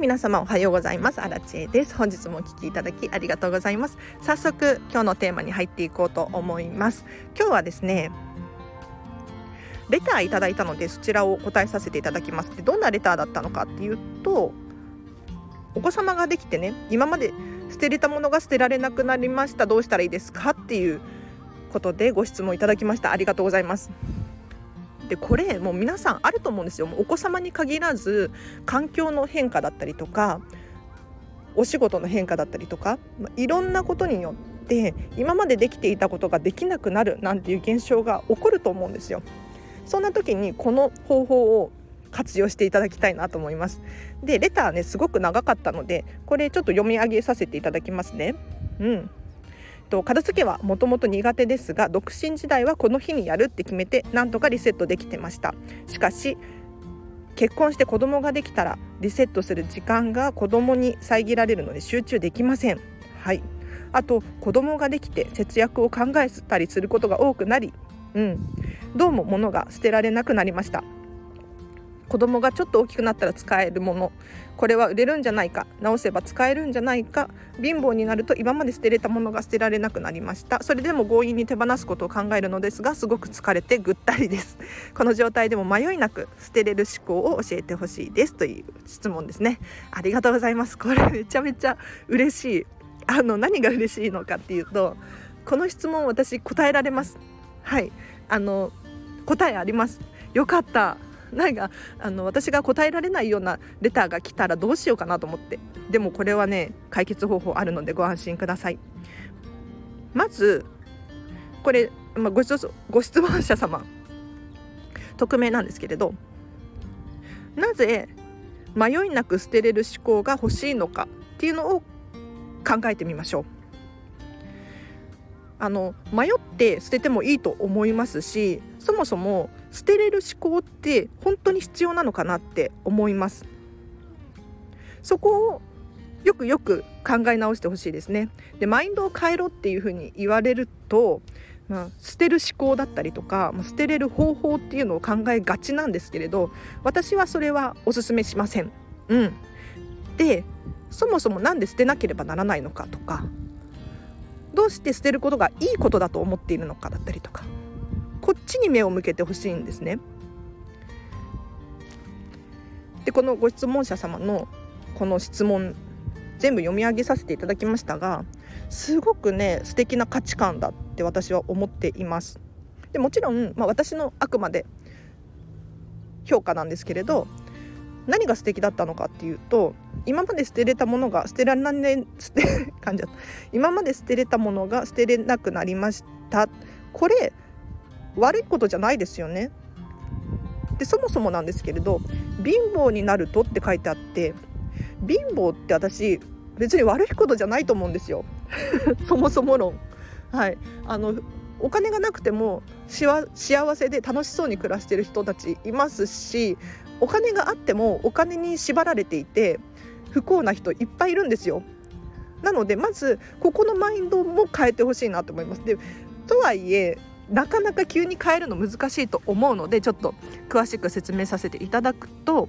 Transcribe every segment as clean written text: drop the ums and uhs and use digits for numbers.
皆様おはようございます。アラチェです。本日もお聞きいただきありがとうございます。早速今日のテーマに入っていこうと思います。今日はですね、レターいただいたのでそちらを答えさせていただきます。で、どんなレターだったのかっていうと、お子様ができてね、今まで捨てれたものが捨てられなくなりました。どうしたらいいですかっていうことでご質問いただきました。ありがとうございます。で、これもう皆さんあると思うんですよ。もうお子様に限らず、環境の変化だったりとか、お仕事の変化だったりとか、いろんなことによって今までできていたことができなくなるなんていう現象が起こると思うんですよ。そんな時にこの方法を活用していただきたいなと思います。で、レターねすごく長かったので、これちょっと読み上げさせていただきますね。片付けはもともと苦手ですが、独身時代はこの日にやるって決めてなんとかリセットできてました。しかし結婚して子供ができたらリセットする時間が子供に遮られるので集中できません。あと子供ができて節約を考えたりすることが多くなり、どうも物が捨てられなくなりました。子供がちょっと大きくなったら使えるもの、これは売れるんじゃないか、直せば使えるんじゃないか、貧乏になると今まで捨てれたものが捨てられなくなりました。それでも強引に手放すことを考えるのですが、すごく疲れてぐったりです。この状態でも迷いなく捨てれる思考を教えてほしいですという質問ですね。ありがとうございます。これめちゃめちゃ嬉しい。何が嬉しいのかっていうと、この質問私答えられます。答えあります。よかった。私が答えられないようなレターが来たらどうしようかなと思って。でもこれはね、解決方法あるのでご安心ください。まずこれ、ご質問者様匿名なんですけれど、なぜ迷いなく捨てれる思考が欲しいのかっていうのを考えてみましょう。迷って捨ててもいいと思いますし、そもそも捨てれる思考って本当に必要なのかなって思います。そこをよく考え直してほしいですね。で、マインドを変えろっていうふうに言われると、捨てる思考だったりとか捨てれる方法っていうのを考えがちなんですけれど、私はそれはお勧めしません。で、そもそもなんで捨てなければならないのかとか、どうして捨てることがいいことだと思っているのかだったりとか、こっちに目を向けてほしいんですね。で、このご質問者様のこの質問全部読み上げさせていただきましたが、すごくね素敵な価値観だって私は思っています。でもちろん、私のあくまで評価なんですけれど、何が素敵だったのかっていうと、今まで捨てれたものが捨てられな今まで捨てれたものが捨てれなくなりました。これ悪いことじゃないですよね。で、そもそもなんですけれど、貧乏になるとって書いてあって、貧乏って私別に悪いことじゃないと思うんですよそもそも論。お金がなくても幸せで楽しそうに暮らしている人たちいますし、お金があってもお金に縛られていて不幸な人いっぱいいるんですよ。なのでまずここのマインドも変えてほしいなと思います。で、とはいえなかなか急に変えるの難しいと思うので、ちょっと詳しく説明させていただくと、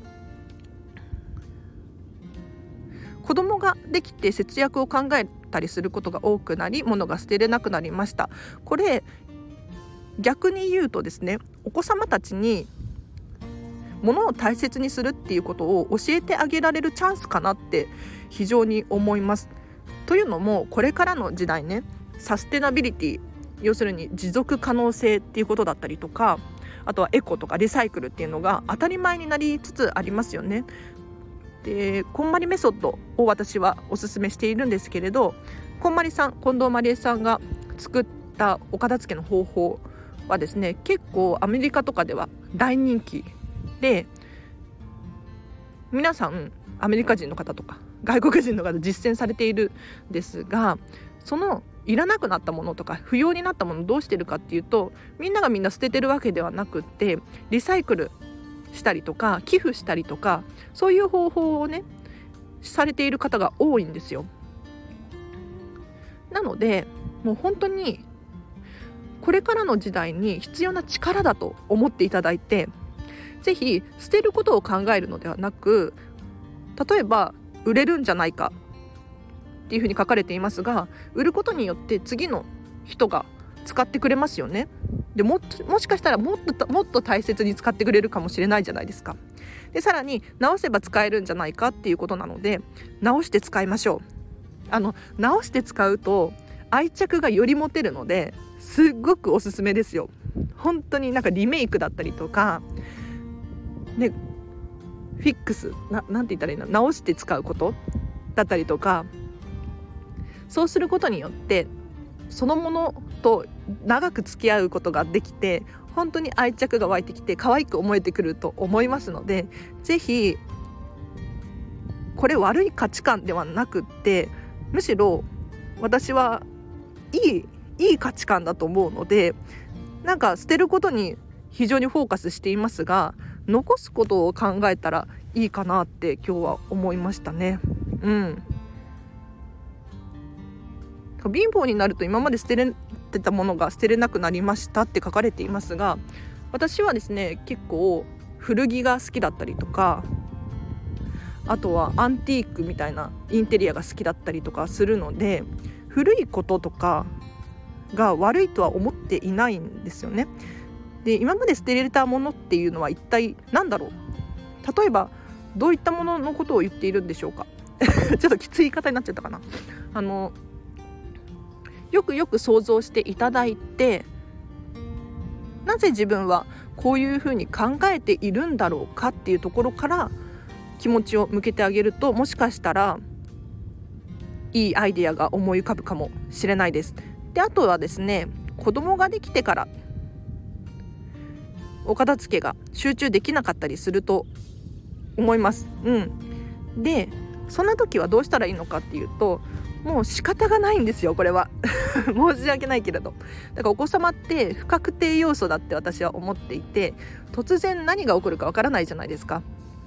子供ができて節約を考えたりすることが多くなり、物が捨てれなくなりました。これ逆に言うとですね、お子様たちに物を大切にするっていうことを教えてあげられるチャンスかなって非常に思います。というのも、これからの時代ね、サステナビリティ、要するに持続可能性っていうことだったりとか、あとはエコとかリサイクルっていうのが当たり前になりつつありますよね。で、こんまりメソッドを私はお勧めしているんですけれど、近藤まりえさんが作ったお片付けの方法はですね、結構アメリカとかでは大人気で、皆さんアメリカ人の方とか外国人の方実践されているんですが、そのいらなくなったものとか不要になったものをどうしてるかっていうと、みんな捨ててるわけではなくって、リサイクルしたりとか寄付したりとか、そういう方法をねされている方が多いんですよ。なのでもう本当にこれからの時代に必要な力だと思っていただいて、ぜひ捨てることを考えるのではなく、例えば売れるんじゃないかっていうふうに書かれていますが、売ることによって次の人が使ってくれますよね。でもしかしたらもっと大切に使ってくれるかもしれないじゃないですか。でさらに直せば使えるんじゃないかっていうことなので、直して使いましょう。直して使うと愛着がより持てるので、すっごくおすすめですよ。本当にリメイクだったりとかで、フィックスなんて言ったらいいの、直して使うことだったりとか、そうすることによってそのものと長く付き合うことができて、本当に愛着が湧いてきて可愛く思えてくると思いますので、ぜひこれ悪い価値観ではなくって、むしろ私はいい価値観だと思うので、捨てることに非常にフォーカスしていますが、残すことを考えたらいいかなって今日は思いましたね。貧乏になると今まで捨てれてたものが捨てれなくなりましたって書かれていますが、私はですね、結構古着が好きだったりとか、あとはアンティークみたいなインテリアが好きだったりとかするので、古いこととかが悪いとは思っていないんですよね。で今まで捨てれたものっていうのは一体何だろう。例えばどういったもののことを言っているんでしょうかちょっときつい言い方になっちゃったかな。よく想像していただいて、なぜ自分はこういうふうに考えているんだろうかっていうところから気持ちを向けてあげると、もしかしたらいいアイデアが思い浮かぶかもしれないです。であとはですね、子供ができてからお片付けが集中できなかったりすると思います。でそんな時はどうしたらいいのかっていうと、もう仕方がないんですよ、これは申し訳ないけれど。だからお子様って不確定要素だって私は思っていて、突然何が起こるかわからないじゃないですか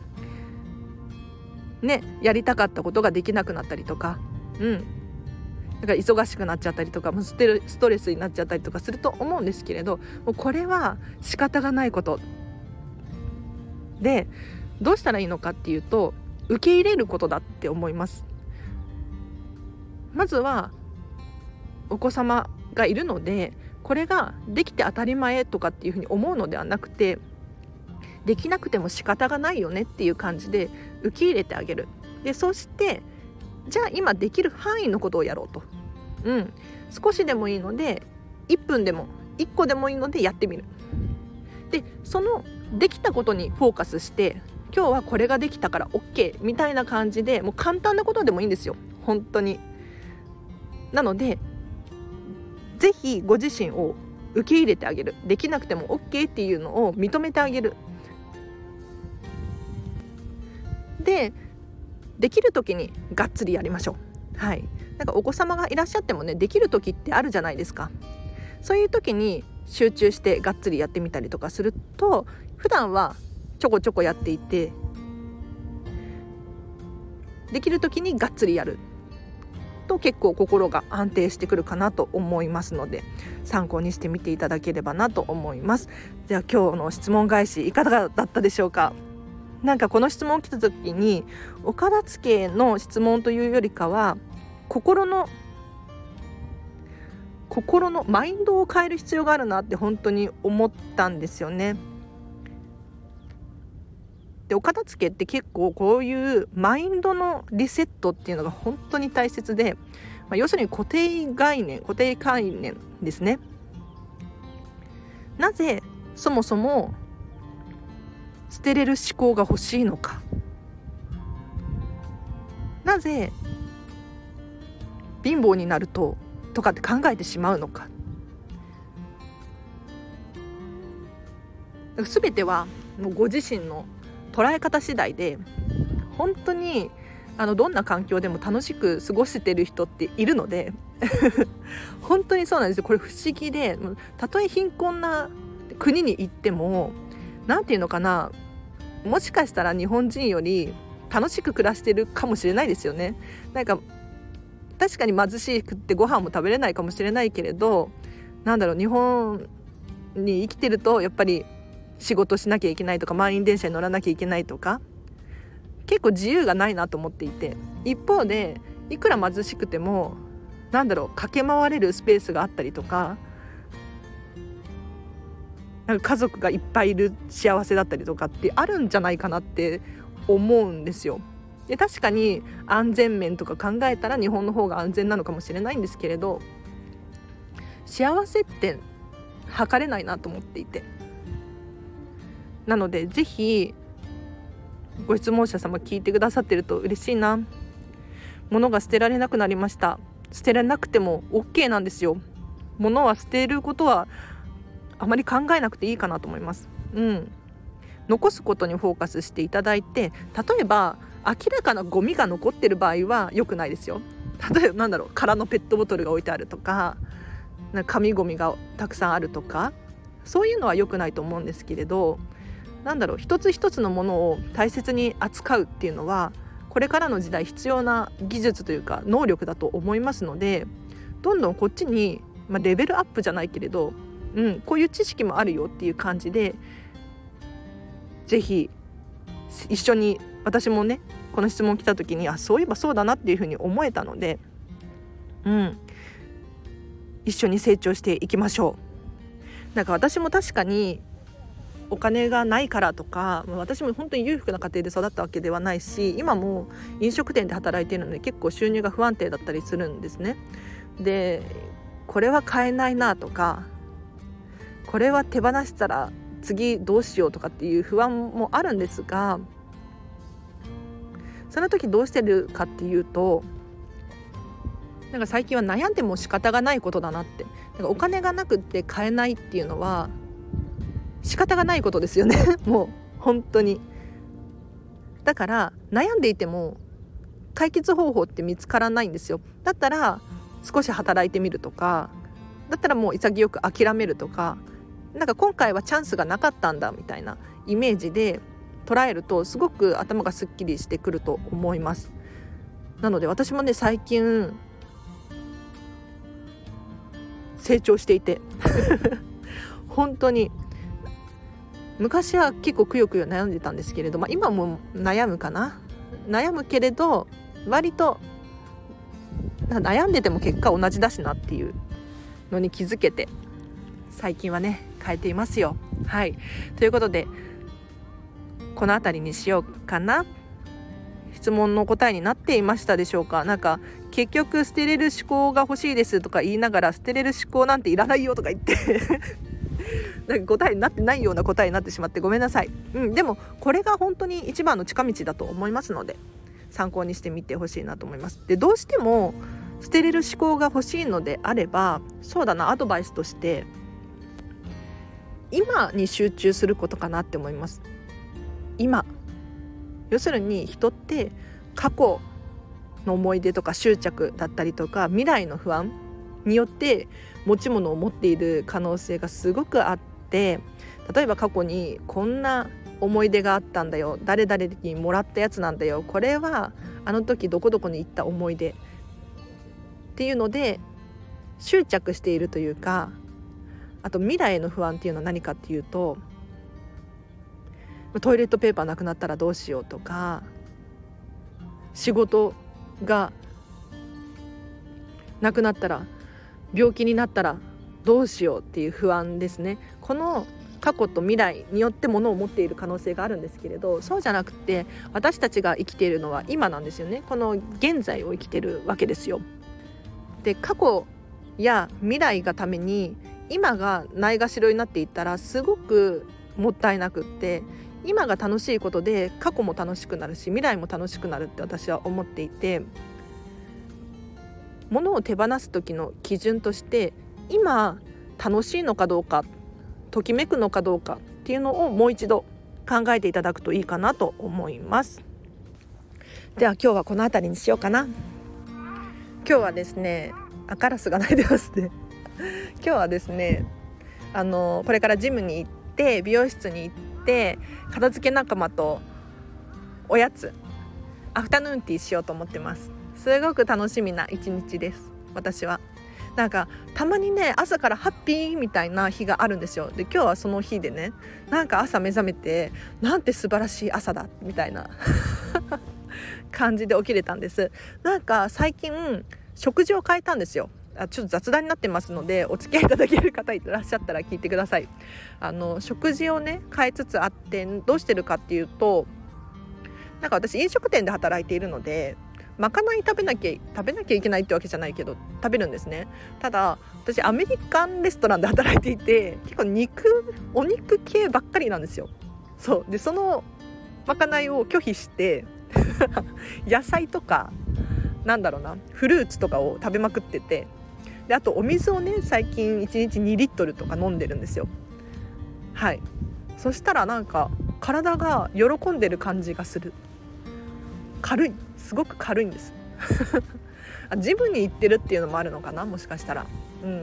ね。やりたかったことができなくなったりとか、だから忙しくなっちゃったりとか、ストレスになっちゃったりとかすると思うんですけれど、もうこれは仕方がないことで、どうしたらいいのかっていうと、受け入れることだって思います。まずはお子様がいるので、これができて当たり前とかっていうふうに思うのではなくて、できなくても仕方がないよねっていう感じで受け入れてあげる。でそしてじゃあ今できる範囲のことをやろうと、少しでもいいので1分でも1個でもいいのでやってみる。でそのできたことにフォーカスして、今日はこれができたから OK みたいな感じで、もう簡単なことでもいいんですよ、本当に。なのでぜひご自身を受け入れてあげる。できなくても OK っていうのを認めてあげる。できる時にがっつりやりましょう。お子様がいらっしゃってもね、できる時ってあるじゃないですか。そういう時に集中してがっつりやってみたりとかすると、普段はちょこちょこやっていて、できる時にがっつりやると結構心が安定してくるかなと思いますので、参考にしてみていただければなと思います。では今日の質問返しいかがだったでしょうか。この質問を来た時に、お片付けの質問というよりかは、心のマインドを変える必要があるなって本当に思ったんですよね。でお片付けって結構こういうマインドのリセットっていうのが本当に大切で、要するに固定概念ですね。なぜそもそも捨てれる思考が欲しいのか、なぜ貧乏になるとかって考えてしまうのか。全てはもうご自身の捉え方次第で、本当にどんな環境でも楽しく過ごしてる人っているので本当にそうなんですよ。これ不思議で、たとえ貧困な国に行っても、なんていうのかな、もしかしたら日本人より楽しく暮らしてるかもしれないですよね。確かに貧しくってご飯も食べれないかもしれないけれど、日本に生きてるとやっぱり仕事しなきゃいけないとか、満員電車に乗らなきゃいけないとか、 結構自由がないなと思っていて、一方でいくら貧しくても駆け回れるスペースがあったりとか、家族がいっぱいいる幸せだったりとかってあるんじゃないかなって思うんですよ。で確かに安全面とか考えたら日本の方が安全なのかもしれないんですけれど、幸せって測れないなと思っていて、なのでぜひご質問者様聞いてくださってると嬉しいな。物が捨てられなくなりました。捨てられなくても OK なんですよ。物は捨てることはあまり考えなくていいかなと思います。残すことにフォーカスしていただいて、例えば明らかなゴミが残ってる場合は良くないですよ。例えば空のペットボトルが置いてあるとか、紙ゴミがたくさんあるとか、そういうのは良くないと思うんですけれど、一つ一つのものを大切に扱うっていうのはこれからの時代必要な技術というか能力だと思いますので、どんどんこっちに、レベルアップじゃないけれど、こういう知識もあるよっていう感じで、ぜひ一緒に、私もねこの質問来た時にそういえばそうだなっていうふうに思えたので、一緒に成長していきましょう。私も確かにお金がないからとか、私も本当に裕福な家庭で育ったわけではないし、今も飲食店で働いているので結構収入が不安定だったりするんですね。でこれは買えないなとか、これは手放したら次どうしようとかっていう不安もあるんですが、その時どうしてるかっていうと、最近は悩んでも仕方がないことだなって。お金がなくって買えないっていうのは仕方がないことですよねもう本当に。だから悩んでいても解決方法って見つからないんですよ。だったら少し働いてみるとか、だったらもう潔く諦めるとか、今回はチャンスがなかったんだみたいなイメージで捉えるとすごく頭がすっきりしてくると思います。なので私もね最近成長していて本当に昔は結構くよくよ悩んでたんですけれど、今も悩むけれど、割と悩んでても結果同じだしなっていうのに気づけて、最近はね変えていますよ。ということでこのあたりにしようかな。質問の答えになっていましたでしょうか。結局捨てれる思考が欲しいですとか言いながら、捨てれる思考なんていらないよとか言って答えになってないような答えになってしまってごめんなさい。でもこれが本当に一番の近道だと思いますので、参考にしてみてほしいなと思います。でどうしても捨てれる思考が欲しいのであれば、そうだな、アドバイスとして今に集中することかなって思います。今、要するに人って過去の思い出とか執着だったりとか未来の不安によって持ち物を持っている可能性がすごくあって、例えば過去にこんな思い出があったんだよ、誰々にもらったやつなんだよ、これはあの時どこどこに行った思い出っていうので執着しているというか、あと未来への不安っていうのは何かっていうと、トイレットペーパーなくなったらどうしようとか、仕事がなくなったら、病気になったらどうしようっていう不安ですね。この過去と未来によって物を持っている可能性があるんですけれど、そうじゃなくて私たちが生きているのは今なんですよね。この現在を生きているわけですよ。で過去や未来がために今がないがしろになっていったらすごくもったいなくって、今が楽しいことで過去も楽しくなるし未来も楽しくなるって私は思っていて、物を手放す時の基準として今楽しいのかどうか、ときめくのかどうかっていうのをもう一度考えていただくといいかなと思います。では今日はこの辺りにしようかな。今日はですね、カラスが鳴いてますね今日はですね、これからジムに行って美容室に行って片付け仲間とおやつアフタヌーンティーしようと思ってます。すごく楽しみな一日です。私はたまにね、朝からハッピーみたいな日があるんですよ。で今日はその日でね、朝目覚めてなんて素晴らしい朝だみたいな感じで起きれたんです。なんか最近食事を変えたんですよ。ちょっと雑談になってますのでお付き合いいただける方いらっしゃったら聞いてください。食事をね変えつつあって、どうしてるかっていうと、なんか私飲食店で働いているので、まかない食べなきゃいけないってわけじゃないけど食べるんですね。ただ私アメリカンレストランで働いていて、結構お肉系ばっかりなんですよ。そうで、そのまかないを拒否して野菜とかフルーツとかを食べまくってて、であとお水をね最近1日2リットルとか飲んでるんですよ。はい、そしたらなんか体が喜んでる感じがする。すごく軽いんですジムに行ってるっていうのもあるのかな、もしかしたら。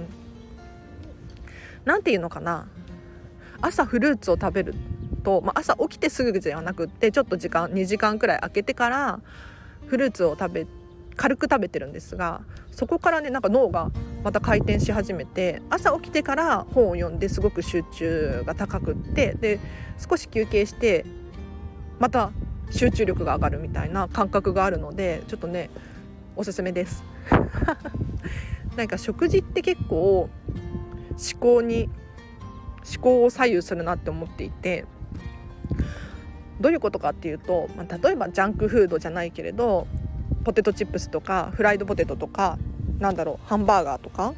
なんていうのかな、朝フルーツを食べると、朝起きてすぐじゃなくって、ちょっと2時間くらい空けてからフルーツを軽く食べてるんですが、そこからねなんか脳がまた回転し始めて、朝起きてから本を読んですごく集中が高くって、で少し休憩してまた集中力が上がるみたいな感覚があるので、ちょっとねおすすめですなんか食事って結構思考を左右するなって思っていて、どういうことかっていうと、例えばジャンクフードじゃないけれどポテトチップスとかフライドポテトとかハンバーガーとか、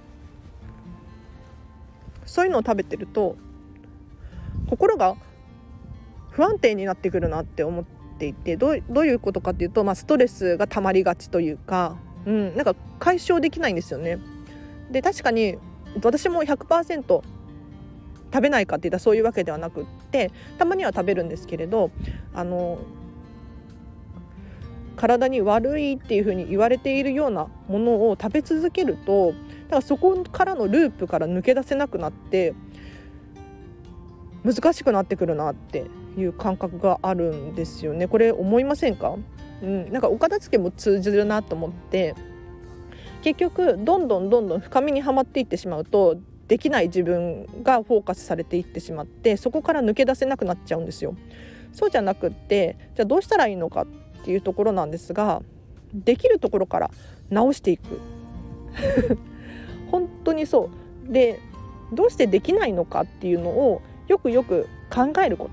そういうのを食べてると心が不安定になってくるなって思っていて、どういうことかっていうと、ストレスが溜まりがちというか、なんか解消できないんですよね。で確かに私も 100% 食べないかっていったらそういうわけではなくって、たまには食べるんですけれど、体に悪いっていうふうに言われているようなものを食べ続けると、だからそこからのループから抜け出せなくなって難しくなってくるなっていう感覚があるんですよね。これ思いませんか？なんかお片付けも通じるなと思って、結局どんどん深みにはまっていってしまうと、できない自分がフォーカスされていってしまって、そこから抜け出せなくなっちゃうんですよ。そうじゃなくって、じゃあどうしたらいいのかっていうところなんですが、できるところから直していく本当にそうで、どうしてできないのかっていうのをよく考えること。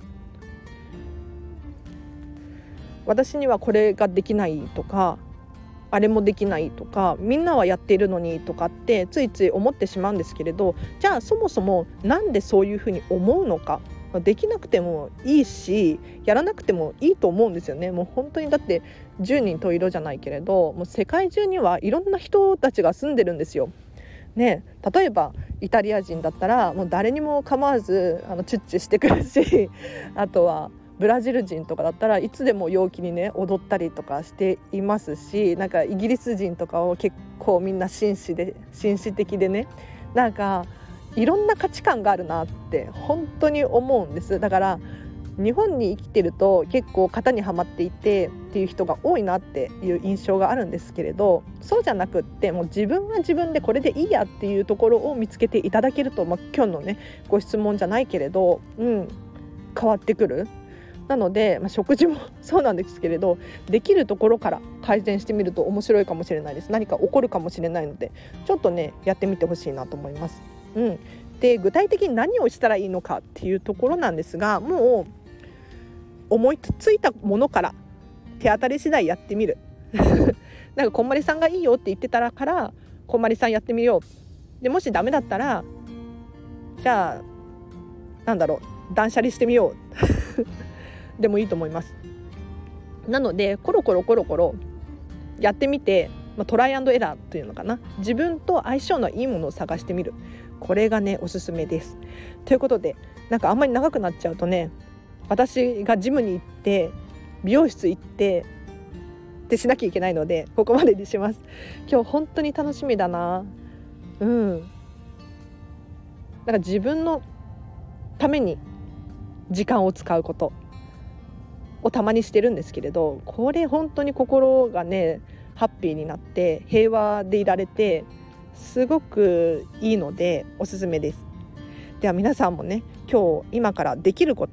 私にはこれができないとか、あれもできないとか、みんなはやっているのにとかってついつい思ってしまうんですけれど、じゃあそもそもなんでそういうふうに思うのか。できなくてもいいし、やらなくてもいいと思うんですよね。もう本当にだって10人十色じゃないけれど、もう世界中にはいろんな人たちが住んでるんですよ。ね、例えばイタリア人だったらもう誰にも構わずチュッチュしてくるし、あとはブラジル人とかだったらいつでも陽気にね踊ったりとかしていますし、なんかイギリス人とかを結構みんな紳士的でね、なんかいろんな価値観があるなって本当に思うんです。だから日本に生きてると結構型にはまっていてっていう人が多いなっていう印象があるんですけれど、そうじゃなくって、もう自分は自分でこれでいいやっていうところを見つけていただけると、今日のねご質問じゃないけれど、変わってくる。なので、食事もそうなんですけれど、できるところから改善してみると面白いかもしれないです。何か起こるかもしれないので、ちょっとねやってみてほしいなと思います。で具体的に何をしたらいいのかっていうところなんですが、もう思いついたものから手当たり次第やってみるなんかこんまりさんがいいよって言ってたらからこんまりさんやってみよう。でもしダメだったらじゃあ断捨離してみようでもいいと思います。なのでコロコロやってみて、トライアンドエラーというのかな、自分と相性のいいものを探してみる。これがねおすすめです。ということで、なんかあんまり長くなっちゃうとね、私がジムに行って美容室行ってってしなきゃいけないので、ここまでにします。今日本当に楽しみだな。なんか自分のために時間を使うことをたまにしてるんですけれど、これ本当に心がねハッピーになって平和でいられてすごくいいのでおすすめです。では皆さんもね今日今からできること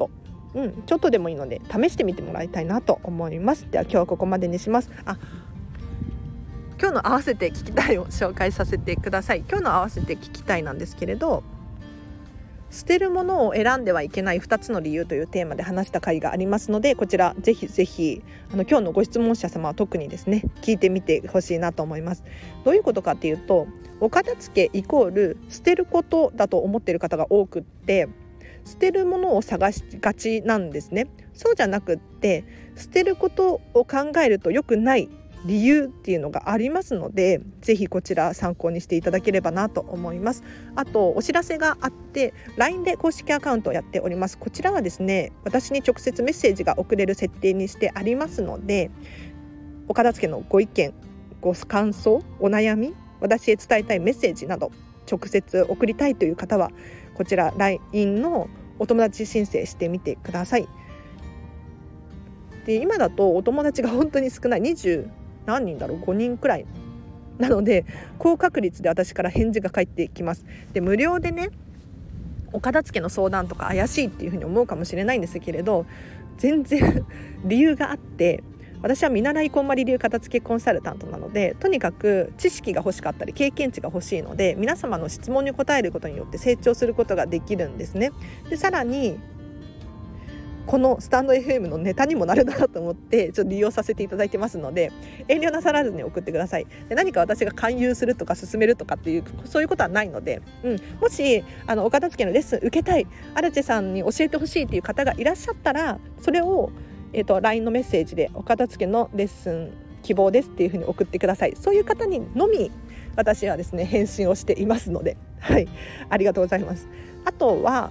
ちょっとでもいいので試してみてもらいたいなと思います。では今日はここまでにします。今日の合わせて聞きたいを紹介させてください。今日の合わせて聞きたいなんですけれど、捨てるものを選んではいけない2つの理由というテーマで話した回がありますので、こちらぜひぜひ今日のご質問者様は特にですね聞いてみてほしいなと思います。どういうことかっていうと、お片付けイコール捨てることだと思っている方が多くって、捨てるものを探しがちなんですね。そうじゃなくって、捨てることを考えると良くない理由っていうのがありますので、ぜひこちら参考にしていただければなと思います。あとお知らせがあって、 LINE で公式アカウントをやっております。こちらはですね、私に直接メッセージが送れる設定にしてありますので、お片付けのご意見、ご感想、お悩み、私へ伝えたいメッセージなど直接送りたいという方は、こちら LINE のお友達申請してみてください。で、今だとお友達が本当に少ない、20何人だろう、5人くらいなので、高確率で私から返事が返ってきます。で、無料でね、お片付けの相談とか怪しいっていうふうに思うかもしれないんですけれど、全然理由があって、私は見習いこんまり流片付けコンサルタントなので、とにかく知識が欲しかったり経験値が欲しいので、皆様の質問に答えることによって成長することができるんですね。で、さらにこのスタンド FM のネタにもなるなと思ってちょっと利用させていただいてますので、遠慮なさらずに送ってください。で、何か私が勧誘するとか勧めるとかっていうそういうことはないので、もしお片付けのレッスン受けたい、アルチェさんに教えてほしいっていう方がいらっしゃったら、それを、LINE のメッセージでお片付けのレッスン希望ですっていうふうに送ってください。そういう方にのみ私はですね返信をしていますので、はい、ありがとうございます。あとは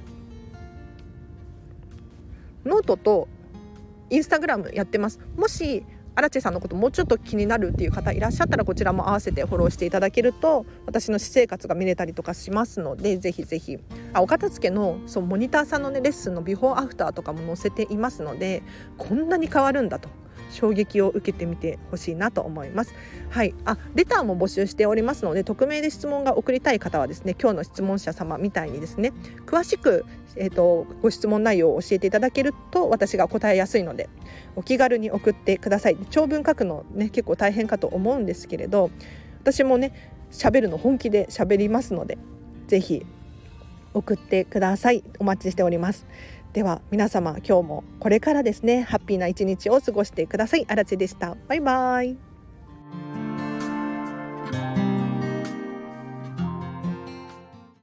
ノートとインスタグラムやってます。もしアラチェさんのこともうちょっと気になるっていう方いらっしゃったら、こちらも合わせてフォローしていただけると私の私生活が見れたりとかしますので、ぜひぜひお片付けのモニターさんのねレッスンのビフォーアフターとかも載せていますので、こんなに変わるんだと衝撃を受けてみてほしいなと思います。はい、レターも募集しておりますので、匿名で質問が送りたい方はですね、今日の質問者様みたいにですね詳しく、ご質問内容を教えていただけると私が答えやすいので、お気軽に送ってください。長文書くのね結構大変かと思うんですけれど、私もね喋るの本気で喋りますので、ぜひ送ってください。お待ちしております。では皆様、今日もこれからですねハッピーな一日を過ごしてください。あらちでした。バイバイ。